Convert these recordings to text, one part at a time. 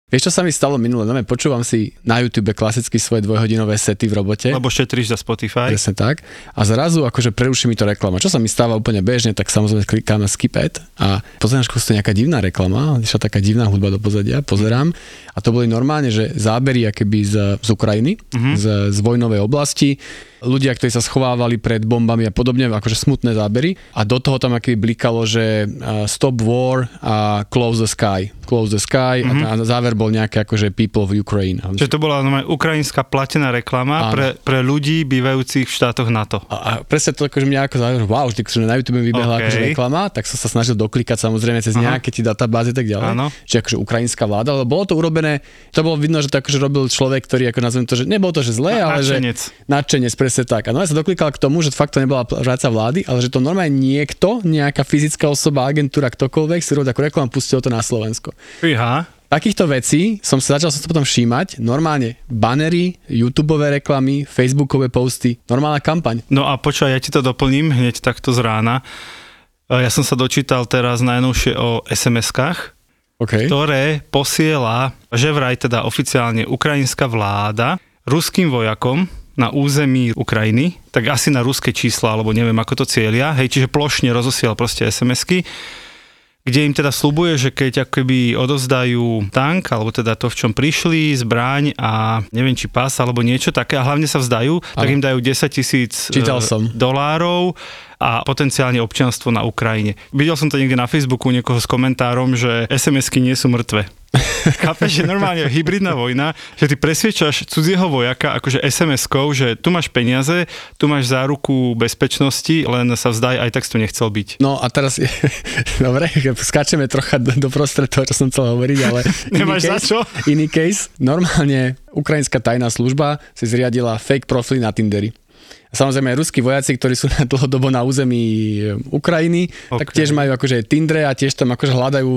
Vieš, čo sa mi stalo minule? No, počúvam si na YouTube klasicky svoje 2-hodinové sety v robote. Lebo šetríš za Spotify. Presne tak. A zrazu akože preruší mi to reklama. Čo sa mi stáva úplne bežne, tak samozrejme klikám na skip ad a pozerám, že to je nejaká divná reklama, išla taká divná hudba do pozadia, pozerám a to boli normálne, že zábery akoby z Ukrajiny, z vojnovej oblasti, ľudia, ktorí sa schovávali pred bombami a podobne, akože smutné zábery a do toho tam akoby blikalo, že stop war a close the sky a záver bol nejaké akože people of Ukraine. Čiže to bola ukrajinská platená reklama pre ľudí bývajúcich v štátoch NATO. A presne to akože mňa ako záver, wow, že na YouTube mi vybehla akože reklama, tak som sa snažil doklikať samozrejme cez nejaké tie databázy tak ďalej. Áno. Čiže akože ukrajinská vláda, ale bolo to urobené, to bolo vidno, že to akože robil človek, ktorý ako nazvem to, že nebolo to, že zlé, ale že nadšenec, presne tak. A no ja sa doklikal k tomu, že fakt to nebola práca vlády, ale že to normálne niekto, nejaká fyzická osoba, agentúra, ktokoľvek si robil takú reklamu, pustil to na Slovensko. Fíha. Takýchto vecí začal sa to potom všímať, normálne banery, YouTubeové reklamy, Facebookové posty, normálna kampaň. No a počúvaj, ja ti to doplním hneď takto z rána. Ja som sa dočítal teraz najnovšie o SMS-kách, ktoré posiela, že vraj teda oficiálne ukrajinská vláda ruským vojakom na území Ukrajiny, tak asi na ruské čísla, alebo neviem, ako to cieľia, čiže plošne rozosiela proste SMS-ky, kde im teda sľubuje, že keď akoby odovzdajú tank, alebo teda to, v čom prišli, zbraň a neviem, či pás, alebo niečo také, a hlavne sa vzdajú, tak im dajú $10,000 a potenciálne občianstvo na Ukrajine. Videl som to niekde na Facebooku niekoho s komentárom, že SMS-ky nie sú mŕtve. Chápeš, že normálne hybridná vojna, že ty presviečaš cudzieho vojaka akože SMS-kou, že tu máš peniaze, tu máš záruku bezpečnosti, len sa vzdaj, aj tak si to nechcel byť. No a teraz, dobre, skáčeme trocha do prostred toho, čo som chcel hovoriť, ale nemáš za čo? Iný case, normálne ukrajinská tajná služba si zriadila fake profily na Tinderi. Samozrejme aj ruskí vojaci, ktorí sú dlhodobo na území Ukrajiny, tak tiež majú akože Tindre a tiež tam akože hľadajú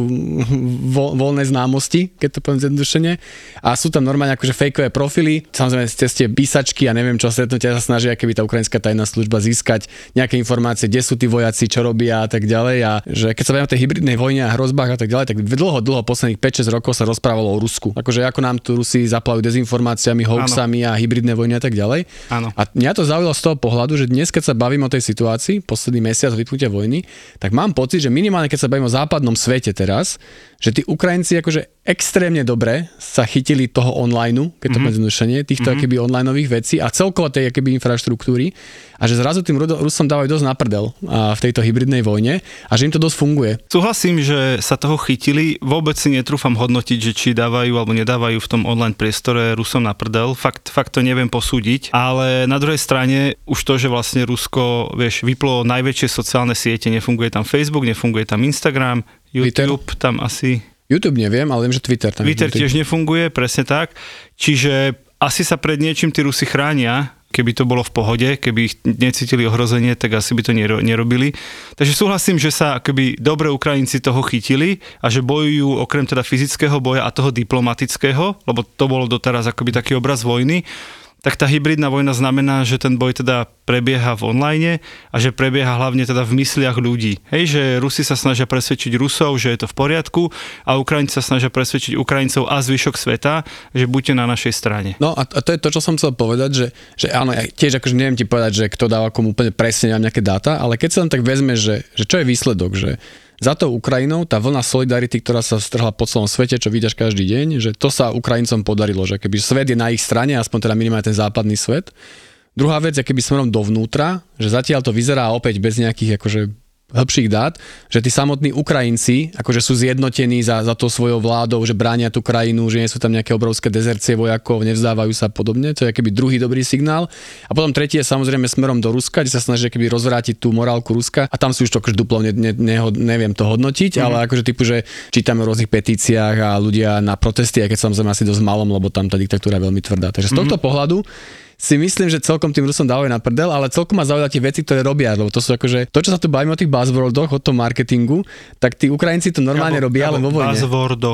voľné známosti, keď to poviem zjednodušene. A sú tam normálne akože fejkové profily, samozrejme cez tie písačky a neviem čo stretnutia sa snažia, keby tá ukrajinská tajná služba získať nejaké informácie, kde sú tí vojaci, čo robia a tak ďalej. A že keď sa bavíme o tej hybridnej vojne a hrozbách a tak ďalej, tak dlho posledných 5-6 rokov sa rozprávalo o Rusku. Akože ako nám tu Rusi zaplavujú dezinformáciami, hoaxami a hybridné vojny a tak ďalej. Áno. A mňa to zaujalo z toho pohľadu, že dnes, keď sa bavím o tej situácii, posledný mesiac vypnutia vojny, tak mám pocit, že minimálne keď sa bavím o západnom svete teraz, že tí Ukrajinci akože extrémne dobre sa chytili toho online, keď to poviem zjednodušene, týchto akoby onlineových vecí a celkovo tej akoby infraštruktúry a že zrazu tým Rusom dávajú dosť na prdel v tejto hybridnej vojne a že im to dosť funguje. Súhlasím, že sa toho chytili, vôbec si netrúfam hodnotiť, že či dávajú alebo nedávajú v tom online priestore Rusom na prdel, fakt to neviem posúdiť, ale na druhej strane už to, že vlastne Rusko, vieš, vyplo najväčšie sociálne siete, nefunguje tam Facebook, nefunguje tam Instagram, YouTube Twitter? Tam asi... YouTube neviem, ale viem, že Twitter tam tiež nefunguje, presne tak. Čiže asi sa pred niečím tí Rusi chránia, keby to bolo v pohode, keby ich necítili ohrozenie, tak asi by to nerobili. Takže súhlasím, že sa akoby dobre Ukrajinci toho chytili a že bojujú okrem teda fyzického boja a toho diplomatického, lebo to bolo doteraz akoby taký obraz vojny, tak tá hybridná vojna znamená, že ten boj teda prebieha v online a že prebieha hlavne teda v mysliach ľudí. Hej, že Rusi sa snažia presvedčiť Rusov, že je to v poriadku a Ukrajinci sa snažia presvedčiť Ukrajincov a zvyšok sveta, že buďte na našej strane. No a to je to, čo som chcel povedať, že áno, ja tiež akože neviem ti povedať, že kto dáva komu úplne presne, nemám nejaké dáta, ale keď sa len tak vezme, že čo je výsledok, že za tou Ukrajinou tá vlna solidarity, ktorá sa strhla po celom svete, čo vidiaš každý deň, že to sa Ukrajincom podarilo, že keby svet je na ich strane, aspoň teda minimálne ten západný svet. Druhá vec, keby smerom dovnútra, že zatiaľ to vyzerá opäť bez nejakých akože hĺbších dát, že tí samotní Ukrajinci akože sú zjednotení za tou svojou vládou, že bránia tú krajinu, že nie sú tam nejaké obrovské dezercie vojakov, nevzdávajú sa podobne, to je akoby druhý dobrý signál. A potom tretí je samozrejme smerom do Ruska, kde sa snažia akoby rozvrátiť tú morálku Ruska a tam sú už to akože duplom neviem to hodnotiť, ale akože typu, že čítame o rôznych petíciách a ľudia na protesty, aj keď samozrejme asi dosť malom, lebo tam tá diktatúra je veľmi tvrdá. Takže z tohto pohľadu si myslím, že celkom tým Rusom dávajú na prdel, ale celkom ma zaujímajú tie veci, ktoré robia, lebo to sú akože, to, čo sa tu bavíme o tých buzzwordoch, o tom marketingu, tak tí Ukrajinci to normálne robia, ale vo vojne.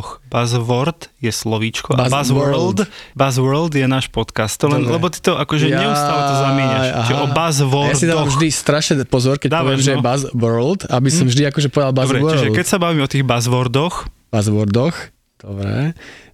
Buzzword je slovíčko a Buzzworld je náš podcast, lebo ty to akože neustále to zamieňaš. Čiže o buzzwordoch. Ja si dávam vždy strašne pozor, keď poviem, že je buzzworld, aby som vždy akože povedal buzzworld. Dobre, čiže keď sa bavíme o tých buzzwordoch, dobre,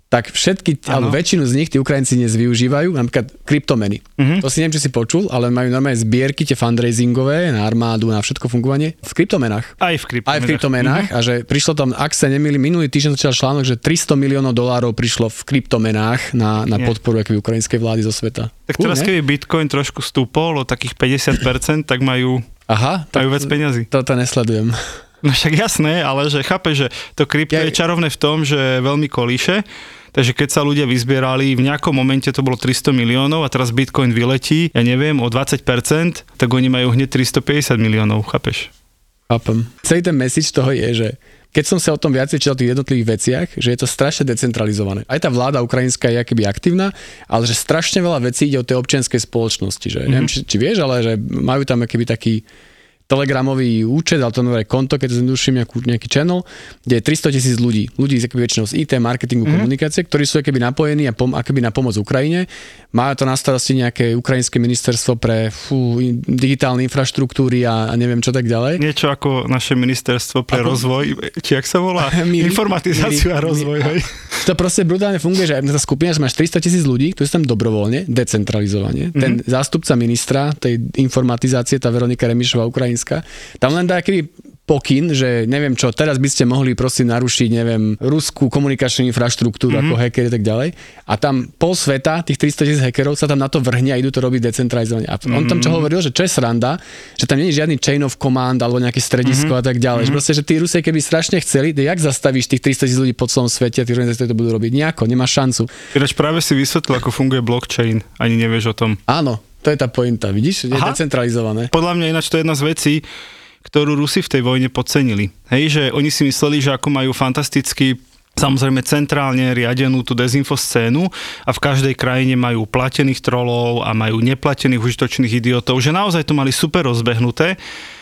tak všetky, alebo väčšinu z nich tí Ukrajinci dnes využívajú, napríklad kryptomeny. To si neviem, či si počul, ale majú normálne zbierky, tie fundraisingové na armádu, na všetko fungovanie v kryptomenách. Aj v kryptomenách. A že prišlo tam, ak sa nemýlim, minulý týždeň začal článok, že $300 miliónov prišlo v kryptomenách na podporu ukrajinskej vlády zo sveta. Tak teraz, keby Bitcoin trošku stúpol o takých 50%, tak majú viac peňazí. Toto nesledujem. No však jasné, ale že chápe, že to krypto je čarovné v tom, že veľmi kolíše. Takže keď sa ľudia vyzbierali, v nejakom momente to bolo 300 miliónov a teraz Bitcoin vyletí, ja neviem, o 20%, tak oni majú hneď 350 miliónov, chápeš? Chápem. Celý ten message toho je, že keď som sa o tom viacej čítal v tých jednotlivých veciach, že je to strašne decentralizované. Aj tá vláda ukrajinská je akoby aktívna, ale že strašne veľa vecí ide o tej občianskej spoločnosti. Že, neviem, či vieš, ale že majú tam akoby taký telegramový účet, ale to nové konto, keď zjednoduším nejaký channel, kde je 300,000 ľudí. Ľudí z väčšinou z IT, marketingu, komunikácie, ktorí sú akoby napojení a akoby na pomoc Ukrajine. Má to na starosti nejaké ukrajinské ministerstvo pre digitálne infraštruktúry a neviem čo tak ďalej. Niečo ako naše ministerstvo pre rozvoj, či jak sa volá? Informatizáciu a rozvoj. Hej. To proste brutálne funguje, že tá skupina, že máš 300,000 ľudí, ktorí sú tam dobrovoľne, decentralizovane. Ten zástupca ministra tej informatizácie, tá Veronika Remišová, ukrajinská, tam len dá aký pokyn, že neviem čo, teraz by ste mohli prosím narušiť, neviem, ruskú komunikačnú infraštruktúru ako hackeri a tak ďalej. A tam pol sveta, tých 300,000 hackerov sa tam na to vrhne a idú to robiť decentralizovane. A on tam čo hovoril, že čo je sranda, že tam nie je žiadny chain of command alebo nejaké stredisko a tak ďalej. Že proste, že tí Rusi keby strašne chceli, jak zastavíš tých 300,000 ľudí po celom svete a tí organizátori to budú robiť? Nejako, nemá šancu. Ináč práve si vysvetlil, ako funguje blockchain, ani nevieš o tom. Áno, to je tá pointa, vidíš? Je decentralizované. Podľa mňa ináč to je jedna z vecí, ktorú Rusi v tej vojne podcenili. Hej, že oni si mysleli, že ako majú fantasticky, samozrejme centrálne riadenú tú dezinfoscénu a v každej krajine majú platených trolov a majú neplatených užitočných idiotov, že naozaj to mali super rozbehnuté,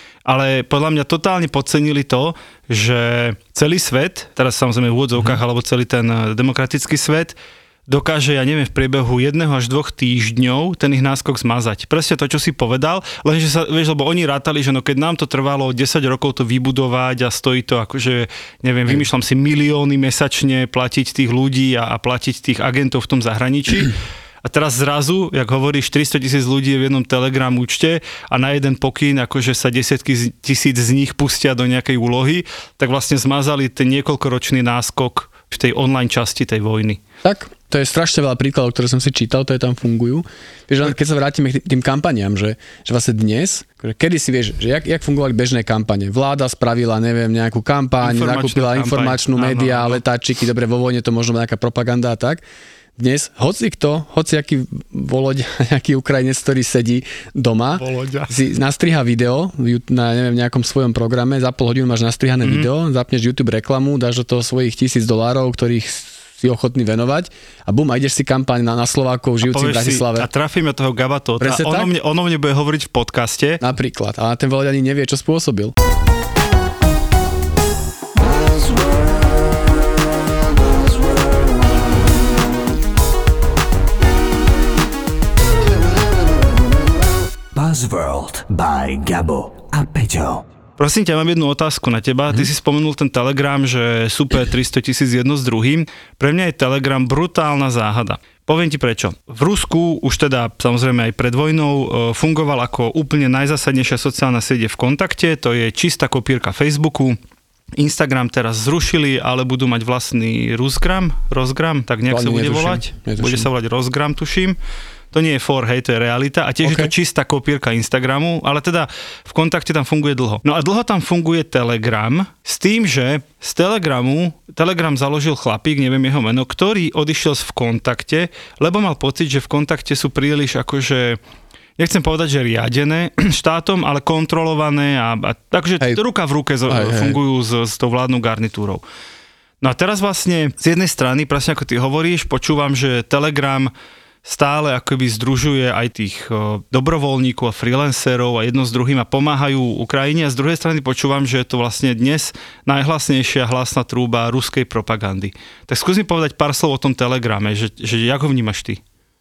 ale podľa mňa totálne podcenili to, že celý svet, teraz samozrejme v úvodzovkách, alebo celý ten demokratický svet, dokáže, ja neviem, v priebehu 1 až 2 týždňov ten ich náskok zmazať. Presne to, čo si povedal, lenže sa, vieš, lebo oni rátali, že no keď nám to trvalo 10 rokov to vybudovať a stojí to akože, neviem, vymýšľam si milióny mesačne platiť tých ľudí a platiť tých agentov v tom zahraničí. A teraz zrazu, jak hovoríš, 300,000 ľudí je v jednom Telegram účte a na jeden pokyn, akože sa desiatky tisíc z nich pustia do nejakej úlohy, tak vlastne zmazali ten niekoľkoročný náskok v tej online časti tej vojny. Tak, to je strašne veľa príkladov, ktoré som si čítal, ktoré tam fungujú. Vieš, keď sa vrátime k tým kampaniám, že vlastne dnes, kedy si vieš, že jak fungovali bežné kampane. Vláda spravila, neviem, nejakú kampaň, nakúpila informačnú média, letáčiky, dobre, vo vojne to možno nejaká propaganda a tak. Dnes, hociaký Voloďa, nejaký Ukrajinec, ktorý sedí doma, si nastriha video na neviem, nejakom svojom programe, za pol hodinu máš nastrihané video, zapneš YouTube reklamu, dáš do toho svojich $1,000, ktorých si ochotný venovať a bum, a ideš si kampaň na Slovákov žijúcich v Bratislave. A trafíme toho Gabatóta. Ono mne bude hovoriť v podcaste. Napríklad. A ten Voloďa ani nevie, čo spôsobil. Buzzworld by Gabo a Peťo. Prosím ťa, mám jednu otázku na teba. Ty si spomenul ten Telegram, že super 300,000 jedno s druhým. Pre mňa je Telegram brutálna záhada. Poviem ti prečo. V Rusku už teda samozrejme aj pred vojnou fungoval ako úplne najzásadnejšia sociálna sieť v Kontakte. To je čistá kopírka Facebooku. Instagram teraz zrušili, ale budú mať vlastný Rozgram, tak nejak sa bude volať. Bude sa volať Rozgram, tuším. To nie je hej, to je realita. A tiež je to čistá kopírka Instagramu, ale teda v Kontakte tam funguje dlho. No a dlho tam funguje Telegram s tým, že z Telegram založil chlapík, neviem jeho meno, ktorý odišiel v Kontakte, lebo mal pocit, že v Kontakte sú príliš akože, nechcem povedať, že riadené štátom, ale kontrolované a takže ruka v ruke fungujú s tou vládnou garnitúrou. No a teraz vlastne z jednej strany, presne ako ty hovoríš, počúvam, že Telegram stále akoby združuje aj tých dobrovoľníkov a freelancerov a jedno s druhým a pomáhajú Ukrajine a z druhej strany počúvam, že je to vlastne dnes najhlasnejšia hlasná trúba ruskej propagandy. Tak skús mi povedať pár slov o tom Telegrame, že jak ho vnímaš ty?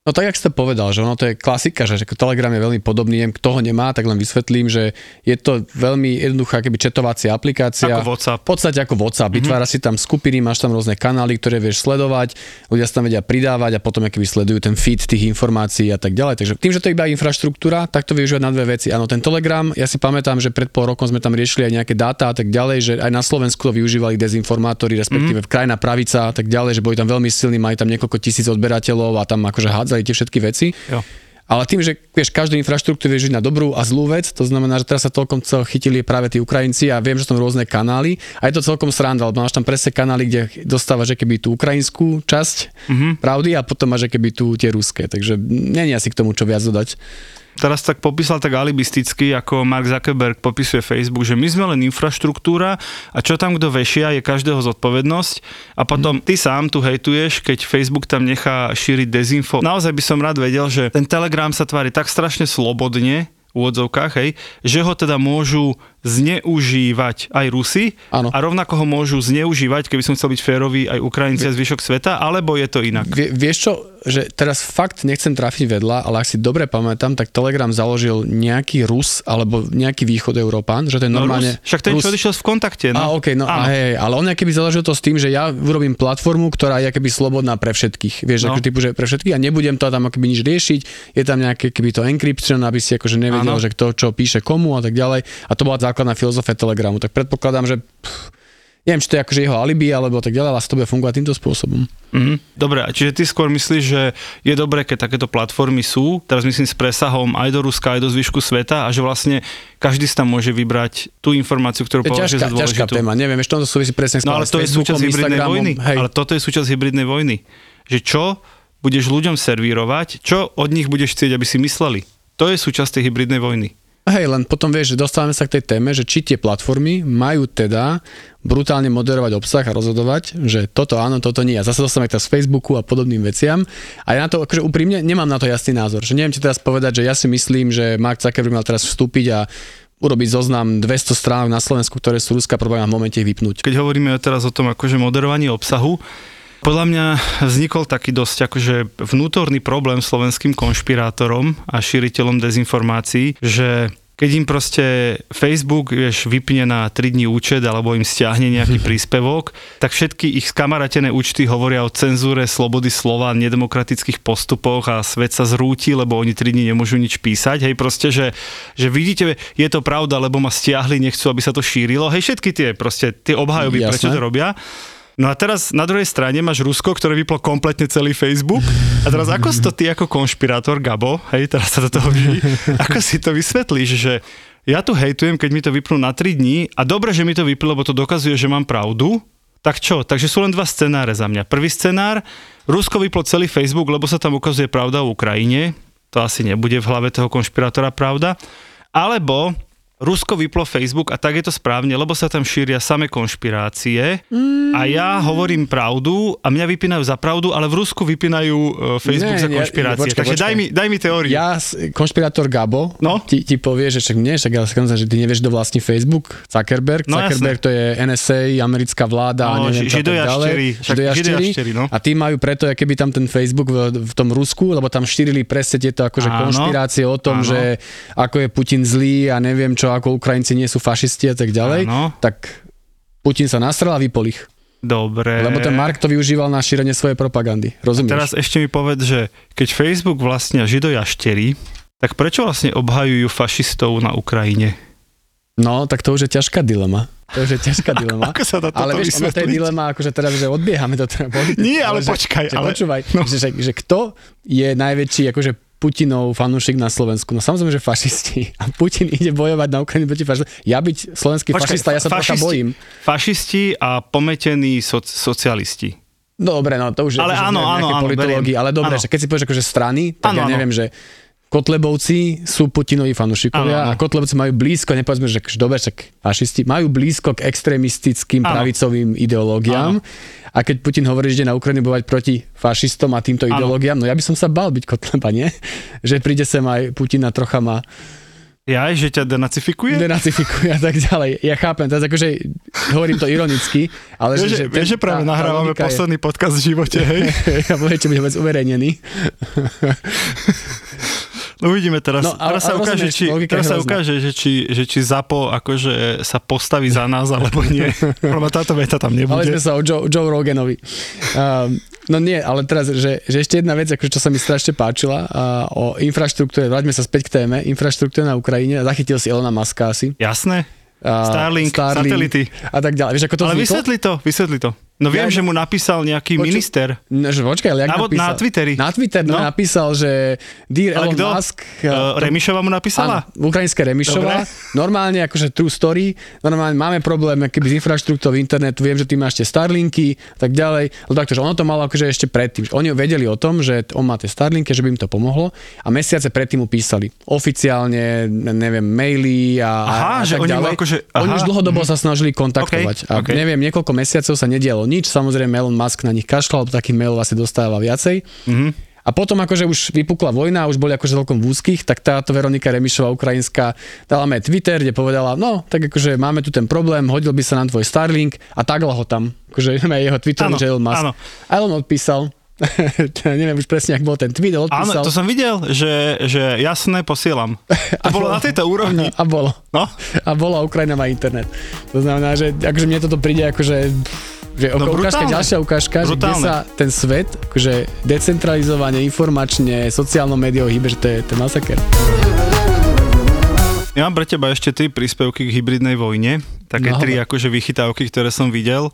No tak, jak si to povedal, že ono to je klasika, že Telegram je veľmi podobný, kto ho nemá, tak len vysvetlím, že je to veľmi jednoduchá keby četovacia aplikácia. Ako WhatsApp. V podstate ako WhatsApp. Vytvára si tam skupiny, máš tam rôzne kanály, ktoré vieš sledovať, ľudia sa tam vedia pridávať a potom keby sledujú ten feed tých informácií a tak ďalej. Takže tým, že to je iba infraštruktúra, tak to využívať na dve veci. Áno, ten Telegram, ja si pamätám, že pred pol rokom sme tam riešili aj nejaké dáta a tak ďalej, že aj na Slovensku to využívali dezinformátori, respektíve krajná pravica a tak ďalej, že boli tam veľmi silní, mali tam niekoľko tisíc odberateľov a tam akože hádzali tie všetky veci. Jo. Ale tým, že vieš, každú infraštruktúru vieš žiť na dobrú a zlú vec, to znamená, že teraz sa toľkom chytili práve tí Ukrajinci a viem, že sú tam rôzne kanály a je to celkom sranda, lebo máš tam presne kanály, kde dostávaš keby tú ukrajinskú časť pravdy a potom máš keby tú tie ruské, takže nie je asi k tomu čo viac dodať. Teraz tak popísal tak alibisticky, ako Mark Zuckerberg popisuje Facebook, že my sme len infraštruktúra a čo tam kto vešia je každého zodpovednosť a potom ty sám tu hejtuješ, keď Facebook tam nechá šíriť dezinfo. Naozaj by som rád vedel, že ten Telegram sa tvári tak strašne slobodne v úvodzovkách, hej, že ho teda môžu zneužívať aj Rusi. Áno. A rovnako ho môžu zneužívať, keby som chcel byť férový, aj Ukrajinci a zvyšok sveta, alebo je to inak? Vieš čo, že teraz fakt nechcem trafiť vedľa, ale ak si dobre pamätám, tak Telegram založil nejaký Rus alebo nejaký východ Európán, že to je normálne... Rus, však ten, čo odišiel v kontakte. No. Okay, no a hej, ale on keby založil to s tým, že ja urobím platformu, ktorá je keby slobodná pre všetkých. Vieš, ako typu, že pre všetkých a nebudem to tam akoby nič riešiť. Je tam nejaké keby to encryption, aby si akože nevedel, že kto čo píše komu a tak ďalej. A to bola základná filozofia Telegramu. Tak predpokladám, že neviem, či to je akože jeho alibi, alebo tak ďalej, ale to bude fungovať týmto spôsobom. Dobre, čiže ty skôr myslíš, že je dobré, keď takéto platformy sú, teraz myslím s presahom aj do Ruska, aj do zvyšku sveta a že vlastne každý si tam môže vybrať tú informáciu, ktorú považuje za dôležitú. Ťažká téma, neviem, ešte to súvisí presne s ale to je súčasť hybridnej vojny. Hej. Ale toto je súčasť hybridnej vojny. Že čo budeš ľuďom servírovať, čo od nich budeš chcieť, aby si mysleli. To je súčasť tej hybridnej vojny. Hej, len potom vieš, že dostávame sa k tej téme, že či tie platformy majú teda brutálne moderovať obsah a rozhodovať, že toto áno, toto nie. A zase dostávame k z Facebooku a podobným veciam. A ja na to, akože úprimne, nemám na to jasný názor. Že neviem ti teraz povedať, že ja si myslím, že Mark Zuckerberg mal teraz vstúpiť a urobiť zoznam 200 stránok na Slovensku, ktoré sú ruská probléma v momente ich vypnúť. Keď hovoríme teraz o tom akože moderovaní obsahu, podľa mňa vznikol taký dosť akože vnútorný problém slovenským konšpirátorom a šíriteľom dezinformácií, že keď im proste Facebook, vieš, vypne na 3 dní účet alebo im stiahne nejaký príspevok, tak všetky ich skamarátené účty hovoria o cenzúre slobody slova, nedemokratických postupoch a svet sa zrúti, lebo oni 3 dní nemôžu nič písať. Hej, proste, že vidíte, je to pravda, lebo ma stiahli, nechcú, aby sa to šírilo. Hej, všetky tie obhajoby, prečo to robia. No a teraz na druhej strane máš Rusko, ktoré vyplo kompletne celý Facebook. A teraz ako si to ty ako konšpirátor, Gabo, hej, teraz sa do toho vží, ako si to vysvetlíš, že ja tu hejtujem, keď mi to vypnú na 3 dní a dobre, že mi to vyplo, lebo to dokazuje, že mám pravdu. Tak čo? Takže sú len 2 scenáre za mňa. Prvý scenár, Rusko vyplo celý Facebook, lebo sa tam ukazuje pravda o Ukrajine. To asi nebude v hlave toho konšpirátora pravda. Alebo Rusko vyplo Facebook a tak je to správne, lebo sa tam šíria samé konšpirácie a ja hovorím pravdu a mňa vypínajú za pravdu, ale v Rusku vypínajú Facebook za konšpirácie. Takže daj mi teóriu. Ja, konšpirátor Gabo, ti povie, že však nie, však ja že ty nevieš, kto vlastní Facebook, Zuckerberg. Zuckerberg to je NSA, americká vláda a neviem čo tak ďalej. Židojaštery. No. A tí majú preto, keby tam ten Facebook v tom Rusku, lebo tam šírili presne tieto akože konšpirácie o tom, že ako je Putin zlý a neviem čo, ako Ukrajinci nie sú fašisti a tak ďalej, tak Putin sa nastrel a vypol ich. Dobre. Lebo ten Mark to využíval na šírenie svojej propagandy. Rozumieš? A teraz ešte mi povedz, že keď Facebook vlastnia židojaštery, tak prečo vlastne obhajujú fašistov na Ukrajine? No, tak to už je ťažká dilema. Ako sa dá toto ale vieš, ono to je dilema, akože teraz, že odbiehame do politiky. Nie, ale počkaj. Počúvaj, že kto je najväčší akože Putinov fanúšik na Slovensku. No samozrejme, že fašisti. A Putin ide bojovať na Ukrajinu proti fašistom. Ja byť slovenský fašista, ja sa trocha bojím. Fašisti a pometení socialisti. No dobre, no to už je áno, politológii. Ale dobre, že keď si povieš akože strany, tak ja neviem, že Kotlebovci sú Putinovi fanúšikovia a Kotlebovci majú blízko, nepovedzme, že dobre, však fašisti, majú blízko k extrémistickým pravicovým ideológiám. A keď Putin hovorí, že ide na Ukrajinu bojovať proti fašistom a týmto ideológiám, no ja by som sa bál byť Kotleba, nie? Že príde sem aj Putin a trocha ma Ja, že ťa denacifikuje? Denacifikuje a tak ďalej. Ja chápem, teraz akože hovorím to ironicky, ale Vieš, že práve nahrávame posledný podcast v živote, hej? Ja poviem, že bude vôbec uverejnený. No uvidíme teraz. Teraz sa ukáže, že či ZAPO akože sa postaví za nás, alebo nie. Lebo táto veta tam nebude. Ale sme sa o Joe Roganovi. No nie, ale teraz, že ešte jedna vec, akože, čo sa mi strašne páčila o infraštruktúre, vráťme sa späť k téme, infraštruktúre na Ukrajine, zachytil si Elona Muska asi. Jasné. Starlink, satelity. A tak ďalej. Vieš, ako to ale vzniklo? Vysvetli to. No viem, že mu napísal nejaký minister. Počkaj, ale jak napísal? Na Twitteri. Na Twitter napísal, že Dear Elon Musk. Remišova mu napísala? Áno, ukrajinská Remišova. Normálne, akože true story. Normálne máme problém keby s infraštruktúrou internetu. Viem, že ty máš tie Starlinky a tak ďalej. Ale takto, že ono to malo akože ešte predtým. Oni vedeli o tom, že on má tie Starlinky, že by im to pomohlo. A mesiace predtým mu písali. Oficiálne, neviem, maily a tak ďalej. Oni už dlhodobo sa snažili kontaktovať. A neviem, niekoľko mesiacov sa nedialo nič, samozrejme Elon Musk na nich kašľal, lebo takých mailov asi dostáva viacej. A potom akože už vypukla vojna, už boli akože celkom v úzkých, tak táto Veronika Remišová ukrajinská dala mi Twitter, kde povedala, no, tak akože máme tu ten problém, hodil by sa na tvoj Starlink a tagla ho tam. Akože jeho Twitter, že Elon Musk. Áno. A Elon odpísal, neviem už presne, ak bol ten tweet, odpísal. Áno, to som videl, že jasné, posielam. To bolo na tejto úrovni. A bolo. No? A bola, Ukrajina má internet. To znamená, že akože mne toto príde akože ďalšia ukážka, že kde sa ten svet, akože decentralizovane, informačne, sociálnou médiou hýbe, že to je masaker. Ja mám pre teba ešte 3 príspevky k hybridnej vojne, také 3 akože vychytávky, ktoré som videl.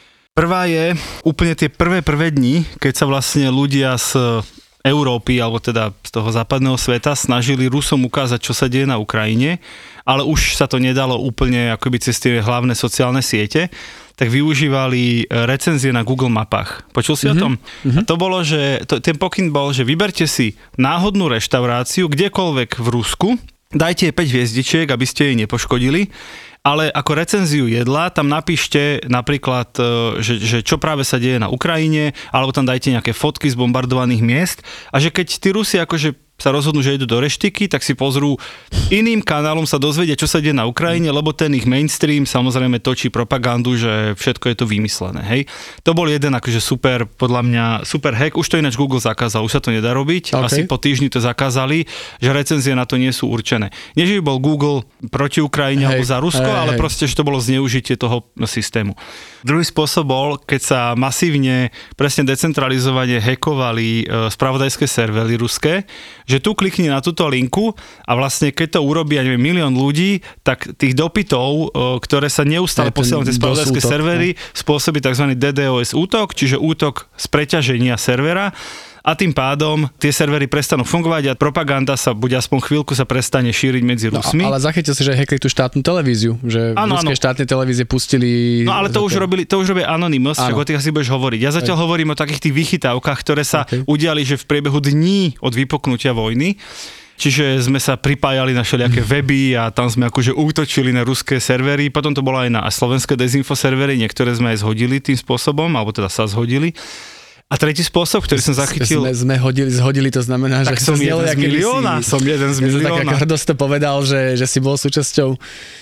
Prvá je úplne tie prvé dni, keď sa vlastne ľudia z Európy, alebo teda z toho západného sveta snažili Rusom ukázať, čo sa deje na Ukrajine, ale už sa to nedalo úplne akoby cez tie hlavné sociálne siete, tak využívali recenzie na Google mapách. Počul si o tom? A to bolo, že ten pokyn bol, že vyberte si náhodnú reštauráciu kdekoľvek v Rusku, dajte jej 5 hviezdičiek, aby ste jej nepoškodili, ale ako recenziu jedla tam napíšte napríklad, že čo práve sa deje na Ukrajine, alebo tam dajte nejaké fotky z bombardovaných miest a že keď tí Rusi akože sa rozhodnú, že idú do reštiky, tak si pozrú iným kanálom sa dozvedia, čo sa deje na Ukrajine, lebo ten ich mainstream samozrejme točí propagandu, že všetko je to vymyslené, hej. To bol jeden akože super, podľa mňa super hack, už to ináč Google zakázal, už sa to nedá robiť, asi po týždni to zakázali, že recenzie na to nie sú určené. Nie, že by bol Google proti Ukrajine alebo za Rusko, ale proste, že to bolo zneužitie toho systému. Druhý spôsob bol, keď sa masívne, presne decentralizovane hackovali spravodajské servery ruské, že tu klikni na túto linku a vlastne keď to urobí, ja neviem, 1 000 000 ľudí, tak tých dopytov, ktoré sa neustále posielajú na tie spravodajské servery, spôsobí tzv. DDoS útok, čiže útok z preťaženia servera. A tým pádom tie servery prestanú fungovať a propaganda sa bude aspoň chvíľku sa prestane šíriť medzi Rusmi. Ale zachytil si, že hackli tú štátnu televíziu, že ruské štátne televízie pustili... No ale to už robí Anonymous, však o tých asi budeš hovoriť. Ja zatiaľ hovorím o takých tých vychytávkach, ktoré sa udiali, že v priebehu dní od vypuknutia vojny. Čiže sme sa pripájali na všelijaké weby a tam sme akože útočili na ruské servery. Potom to bolo aj na slovenské dezinfo servery, niektoré sme aj zhodili tým spôsobom, alebo teda sa zhodili. A tretí spôsob, ktorý som zachytil... Sme zhodili, to znamená, tak že... som jeden z milióna. Som jeden z milióna. Tak hrdosť to povedal, že si bol súčasťou...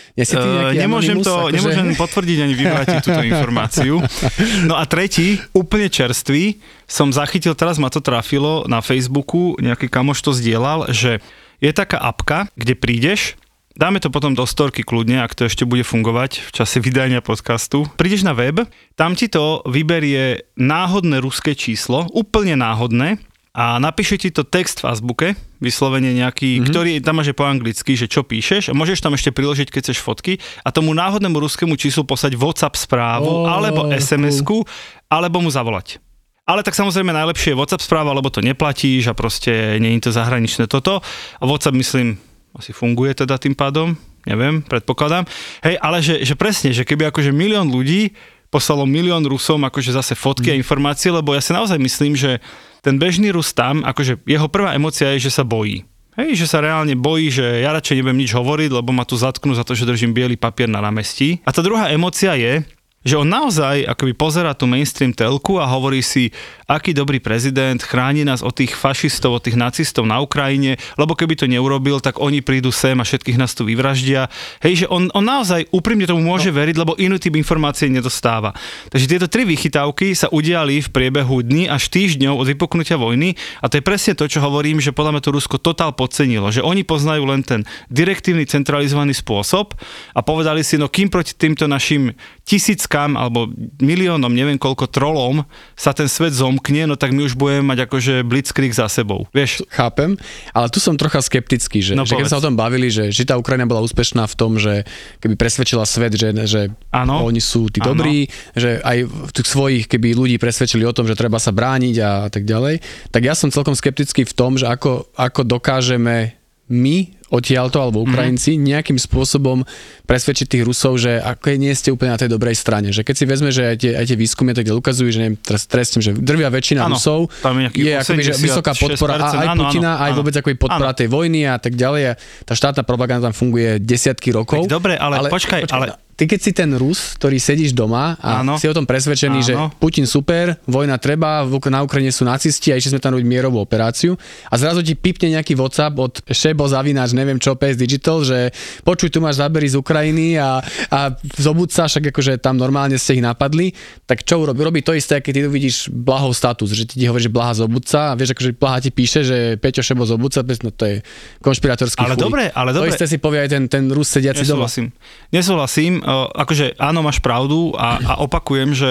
Nemôžem potvrdiť ani vyvrátiť túto informáciu. No a tretí, úplne čerstvý, som zachytil, teraz ma to trafilo na Facebooku, nejaký kamoš to zdieľal, že je taká apka, kde prídeš, dáme to potom do storky kľudne, ak to ešte bude fungovať v čase vydania podcastu. Prídeš na web, tam ti to vyberie náhodné ruské číslo, úplne náhodné, a napíše ti to text v azbuke, vyslovene nejaký, ktorý tam máš po anglicky, že čo píšeš, a môžeš tam ešte priložiť, keď chceš fotky, a tomu náhodnému ruskému číslu poslať WhatsApp správu, alebo SMS-ku, alebo mu zavolať. Ale tak samozrejme najlepšie je WhatsApp správa, lebo to neplatíš a proste nie je to zahraničné toto. A WhatsApp, myslím, asi funguje teda tým pádom, neviem, predpokladám. Hej, ale že presne, že keby akože 1 000 000 ľudí poslalo 1 000 000 Rusom akože zase fotky a informácie, lebo ja si naozaj myslím, že ten bežný Rus tam, akože jeho prvá emócia je, že sa bojí. Hej, že sa reálne bojí, že ja radšej nebudem nič hovoriť, lebo ma tu zatknú za to, že držím biely papier na námestí. A tá druhá emócia je, že on naozaj akoby pozerá tú mainstream telku a hovorí si, aký dobrý prezident, chráni nás od tých fašistov, od tých nacistov na Ukrajine, lebo keby to neurobil, tak oni prídu sem a všetkých nás tu vyvraždia. Hej, že on naozaj úprimne tomu môže veriť, lebo inú typ informácie nedostáva. Takže tieto 3 vychytávky sa udiali v priebehu dní až týždňov od vypuknutia vojny a to je presne to, čo hovorím, že podľa mňa to Rusko totál podcenilo, že oni poznajú len ten direktívny centralizovaný spôsob a povedali si, no kým proti týmto našim tisíckam alebo miliónom, neviem koľko trolom sa ten svet zomkne, no tak my už budeme mať akože blitzkrieg za sebou. Vieš? Chápem, ale tu som trocha skeptický, že keď sa o tom bavili, že tá Ukrajina bola úspešná v tom, že keby presvedčila svet, že oni sú tí dobrí, že aj tých svojich keby ľudí presvedčili o tom, že treba sa brániť a tak ďalej, tak ja som celkom skeptický v tom, že ako dokážeme my odtiaľto, alebo Ukrajinci, nejakým spôsobom presvedčiť tých Rusov, že ako nie ste úplne na tej dobrej strane. Že keď si vezme, že aj tie výskumy tak ukazujú, že neviem, trestím, že drvia väčšina Rusov je akoby, že vysoká podpora aj Putina, aj vôbec akoby podpora tej vojny a tak ďalej. A tá štátna propaganda tam funguje desiatky rokov. Dobre, ale počkaj. Ty keď si ten Rus, ktorý sedíš doma a si o tom presvedčený, že Putin super, vojna treba, na Ukrajine sú nacisti a išli sme tam robiť mierovú operáciu a zrazu ti pipne nejaký WhatsApp od šebo-zavináč, neviem čo, PS Digital, že počuj, tu máš zábery z Ukrajiny a zobud sa, však akože tam normálne ste ich napadli, tak čo urobí? Robí to isté, keď ty vidíš Blahov status, že ti hovorí, že Blaha zobud sa a vieš, akože Blaha ti píše, že Peťo Šebo zobud sa, no to je konšpirátorský chuj. Ale dobre. To isté si povie aj ten Rus sediaci doma. Nesúhlasím. Akože áno, máš pravdu a opakujem, že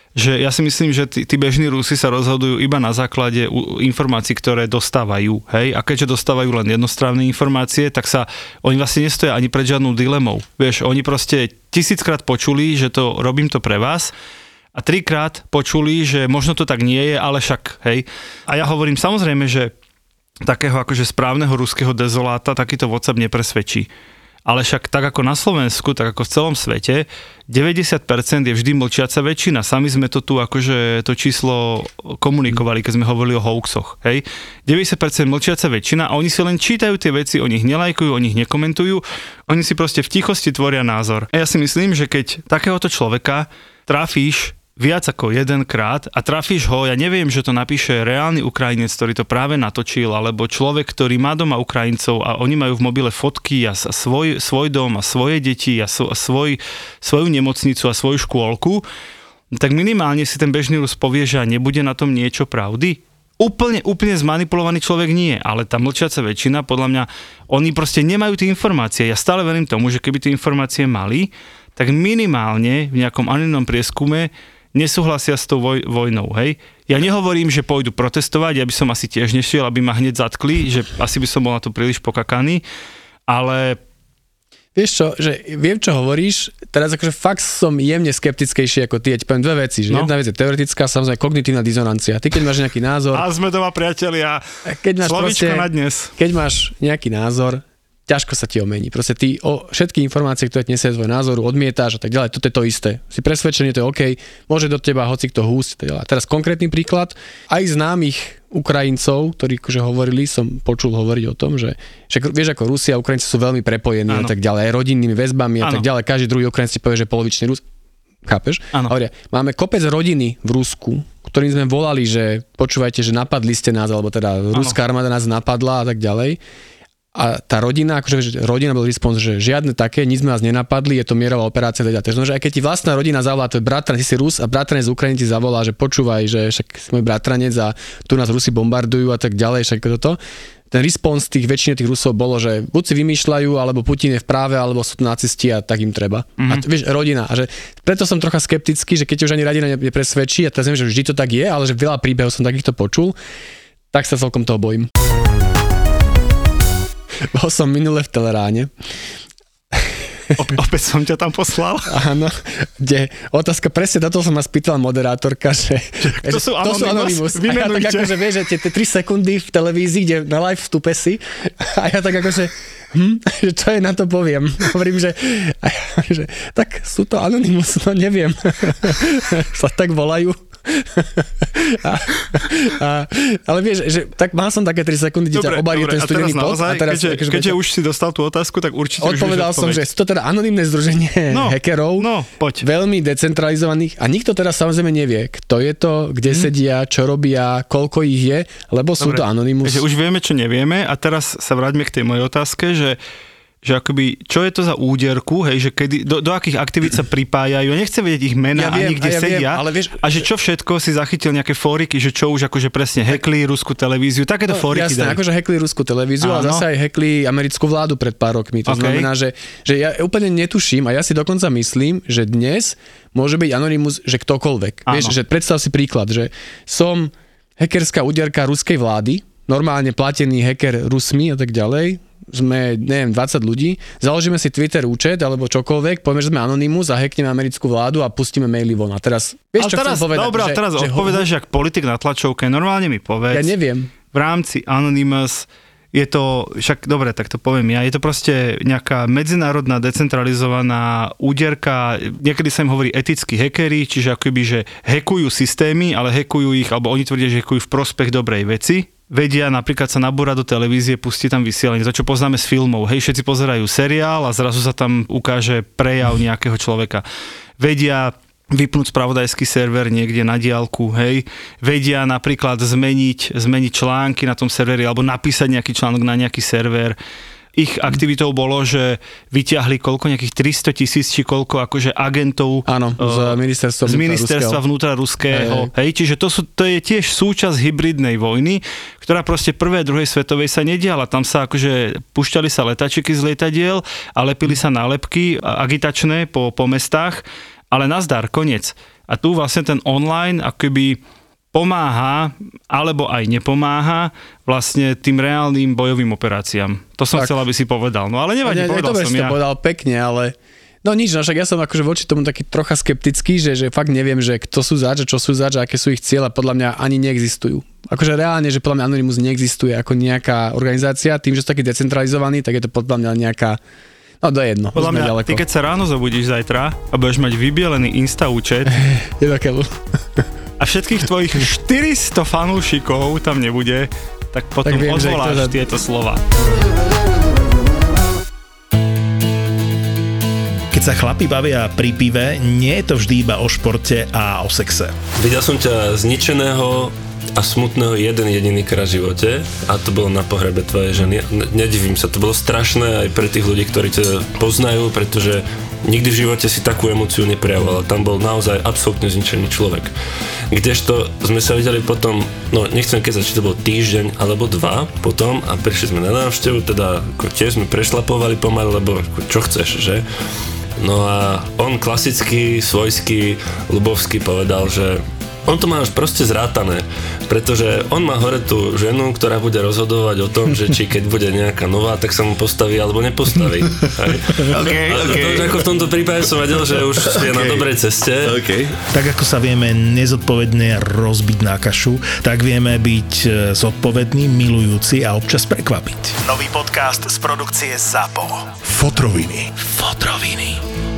ja si myslím, že tí bežní Rusi sa rozhodujú iba na základe informácií, ktoré dostávajú, hej, a keďže dostávajú len jednostranné informácie, tak sa oni vlastne nestoja ani pred žiadnou dilemou. Vieš, oni proste 1000-krát počuli, že robím to pre vás a 3-krát počuli, že možno to tak nie je, ale však, hej. A ja hovorím samozrejme, že takého akože správneho ruského dezoláta takýto WhatsApp nepresvedčí. Ale však tak ako na Slovensku, tak ako v celom svete, 90% je vždy mlčiaca väčšina. Sami sme to tu akože to číslo komunikovali, keď sme hovorili o hoaxoch. Hej? 90% mlčiaca väčšina a oni si len čítajú tie veci, oni ich nelajkujú, oni ich nekomentujú, oni si proste v tichosti tvoria názor. A ja si myslím, že keď takéhoto človeka trafíš viac ako jedenkrát a trafíš ho, ja neviem, že to napíše reálny Ukrajinec, ktorý to práve natočil, alebo človek, ktorý má doma Ukrajincov a oni majú v mobile fotky a svoj dom a svoje deti a svoju nemocnicu a svoju škôlku, tak minimálne si ten bežný Rus povie, že nebude na tom niečo pravdy. Úplne zmanipulovaný človek nie, ale tá mlčiaca väčšina, podľa mňa, oni proste nemajú tie informácie. Ja stále verím tomu, že keby tie informácie mali, tak minimálne v nejakom anonymnom prieskume nesúhlasia s tou vojnou, hej. Ja nehovorím, že pôjdu protestovať, ja by som asi tiež nešiel, aby ma hneď zatkli, že asi by som bol na to príliš pokakaný, ale... Vieš čo, že viem, čo hovoríš, teraz akože fakt som jemne skeptickejší ako ty, ja ti poviem dve veci, že jedna vec je teoretická, samozrejme kognitívna dizonancia. Ty keď máš nejaký názor... A sme doma priatelia, slovíčko na dnes. Keď máš nejaký názor, ťažko sa ti omení. Proste ty všetky informácie, ktoré ti nesie svoj názoru, odmietáš a tak ďalej, toto je to isté. Si presvedčený, to je OK, môže do teba hoci kto húsť, tak ďalej. Teraz konkrétny príklad, aj známych Ukrajincov, ktorí akože hovorili, som počul hovoriť o tom, že vieš, ako Rusi a Ukrajinci sú veľmi prepojení a tak ďalej, aj rodinnými väzbami a tak ďalej. Každý druhý Ukrajinec ti povie, že polovičný Rus. Chápeš? Hovoria, máme kopec rodiny v Rusku, ktorým sme volali, že počúvajte, že napadli ste nás, alebo teda ruská armáda nás napadla a tak ďalej. A tá rodina, akože rodina bol respons, že žiadne také, nič sme vás nenapadli, je to mierová operácia, teda. Takže aj keď ti vlastná rodina zavolá, to je bratranec, si Rus a bratranec z Ukrajiny ti zavolá, že počúvaj, že však si môj bratranec a tu nás Rusi bombardujú a tak ďalej, však toto. Ten respons tých väčšiny tých Rusov bolo, že buď si vymýšľajú, alebo Putin je v práve, alebo sú to nacisti a tak im treba. A vieš, rodina. A že preto som trocha skeptický, že keď už ani rodina nepresvedčí, a teraz neviem, že vždy to tak je, ale že veľa príbehov som takýchto počul, tak sa celkom toho bojím. Bol som minule v Teleráne. Opäť som ťa tam poslal? Áno, kde otázka presne, toto som ma spýtala moderátorka, že to sú Anonymous. A ja tak akože vieš, že tie 3 sekundy v televízii, kde na live vstupe si a ja tak akože že čo je na to poviem. Hovorím, že tak sú to Anonymous, no neviem. Sa tak volajú. Ale vieš, že tak mal som také 3 sekundy, kde ťa obarí ten studený pot. A teraz keďže už si dostal tú otázku, tak určite odpovedal som, že sú to teda anonymné združenie hackerov, veľmi decentralizovaných a nikto teraz samozrejme nevie, kto je to, kde sedia, čo robia, koľko ich je, lebo sú to anonymous. Takže už vieme, čo nevieme a teraz sa vráťme k tej mojej otázke, že akoby, čo je to za úderku, hej, že kedy, do akých aktivít sa pripájajú, ja nechcem vedieť ich mená ani kde sedia, ale vieš, a že čo všetko si zachytil nejaké fóriky, že čo už akože presne hackli ruskú televíziu, takéto fóriky jasné, akože hackli ruskú televíziu, ale zase aj hackli americkú vládu pred pár rokmi, to znamená, že ja úplne netuším a ja si dokonca myslím, že dnes môže byť anonymous, že ktokoľvek. Vieš, že predstav si príklad, že som hackerská úderka ruskej vlády, normálne platený hacker Rusmi a tak ďalej, sme, neviem, 20 ľudí, založíme si Twitter účet alebo čokoľvek, povieme, že sme anonymous a hackneme americkú vládu a pustíme maily von. A teraz, vieš, čo chcem povedať? Dobrá, teraz odpovedáš, že ak politik na tlačovke, normálne mi povedz. Ja neviem. V rámci Anonymous je to, však dobre, tak to poviem ja, je to proste nejaká medzinárodná decentralizovaná úderka, niekedy sa im hovorí etickí hackeri, čiže akoby, že hackujú systémy, ale hackujú ich, alebo oni tvrdia, že hackujú v prospech dobrej veci. Vedia napríklad sa nabúrať do televízie, pustí tam vysielanie, to čo poznáme z filmov, hej, všetci pozerajú seriál a zrazu sa tam ukáže prejav nejakého človeka. Vedia vypnúť spravodajský server niekde na diaľku, hej, vedia napríklad zmeniť články na tom serveri alebo napísať nejaký článok na nejaký server. Ich aktivitou bolo, že vyťahli koľko, nejakých 300,000 či koľko akože agentov z ministerstva vnútra ruského. Hej, čiže to je tiež súčasť hybridnej vojny, ktorá proste prvej a druhej svetovej sa nediala. Tam sa akože púšťali sa letačiky z lietadiel a lepili sa nálepky agitačné po mestách, ale nazdar, koniec. A tu vlastne ten online akoby pomáha, alebo aj nepomáha vlastne tým reálnym bojovým operáciám. To som chcel, aby si povedal. No ale nevadí, povedal som ja. To povedal pekne, ale no nič, no však ja som akože voči tomu taký trocha skeptický, že fakt neviem, že kto sú zač, čo sú zač, aké sú ich cieľe, podľa mňa ani neexistujú. Akože reálne, že podľa mňa Anonymous neexistuje ako nejaká organizácia, tým, že sú taký decentralizovaný, tak je to podľa mňa nejaká. No to je jedno. Podľa mňa, ty keď sa ráno zobudíš zajtra a budeš mať vybielený Insta účet a všetkých tvojich 400 fanúšikov tam nebude, tak potom tak viem, odvoláš tieto slova. Keď sa chlapi bavia pri pive, nie je to vždy iba o športe a o sexe. Videl som ťa zničeného a smutného jeden jediný krát v živote a to bolo na pohrebe tvojej ženy. Nedivím sa, to bolo strašné aj pre tých ľudí, ktorí ťa poznajú, pretože nikdy v živote si takú emóciu neprejavoval. Tam bol naozaj absolútne zničený človek. Kdežto sme sa videli potom, no nechcem kezať, či to bol týždeň alebo 2 potom a prišli sme na návštevu, teda ako tiež sme prešlapovali pomaly, lebo čo chceš, že? No a on klasicky, svojský, ľubovský povedal, že on to má už proste zrátané, pretože on má hore tú ženu, ktorá bude rozhodovať o tom, že či keď bude nejaká nová, tak sa mu postaví alebo nepostaví. Okay. To, ako v tomto prípade som vedel, že už je na dobrej ceste. Okay. Tak ako sa vieme nezodpovedne rozbiť na kašu, tak vieme byť zodpovední, milujúci a občas prekvapiť. Nový podcast z produkcie ZAPO. Fotroviny.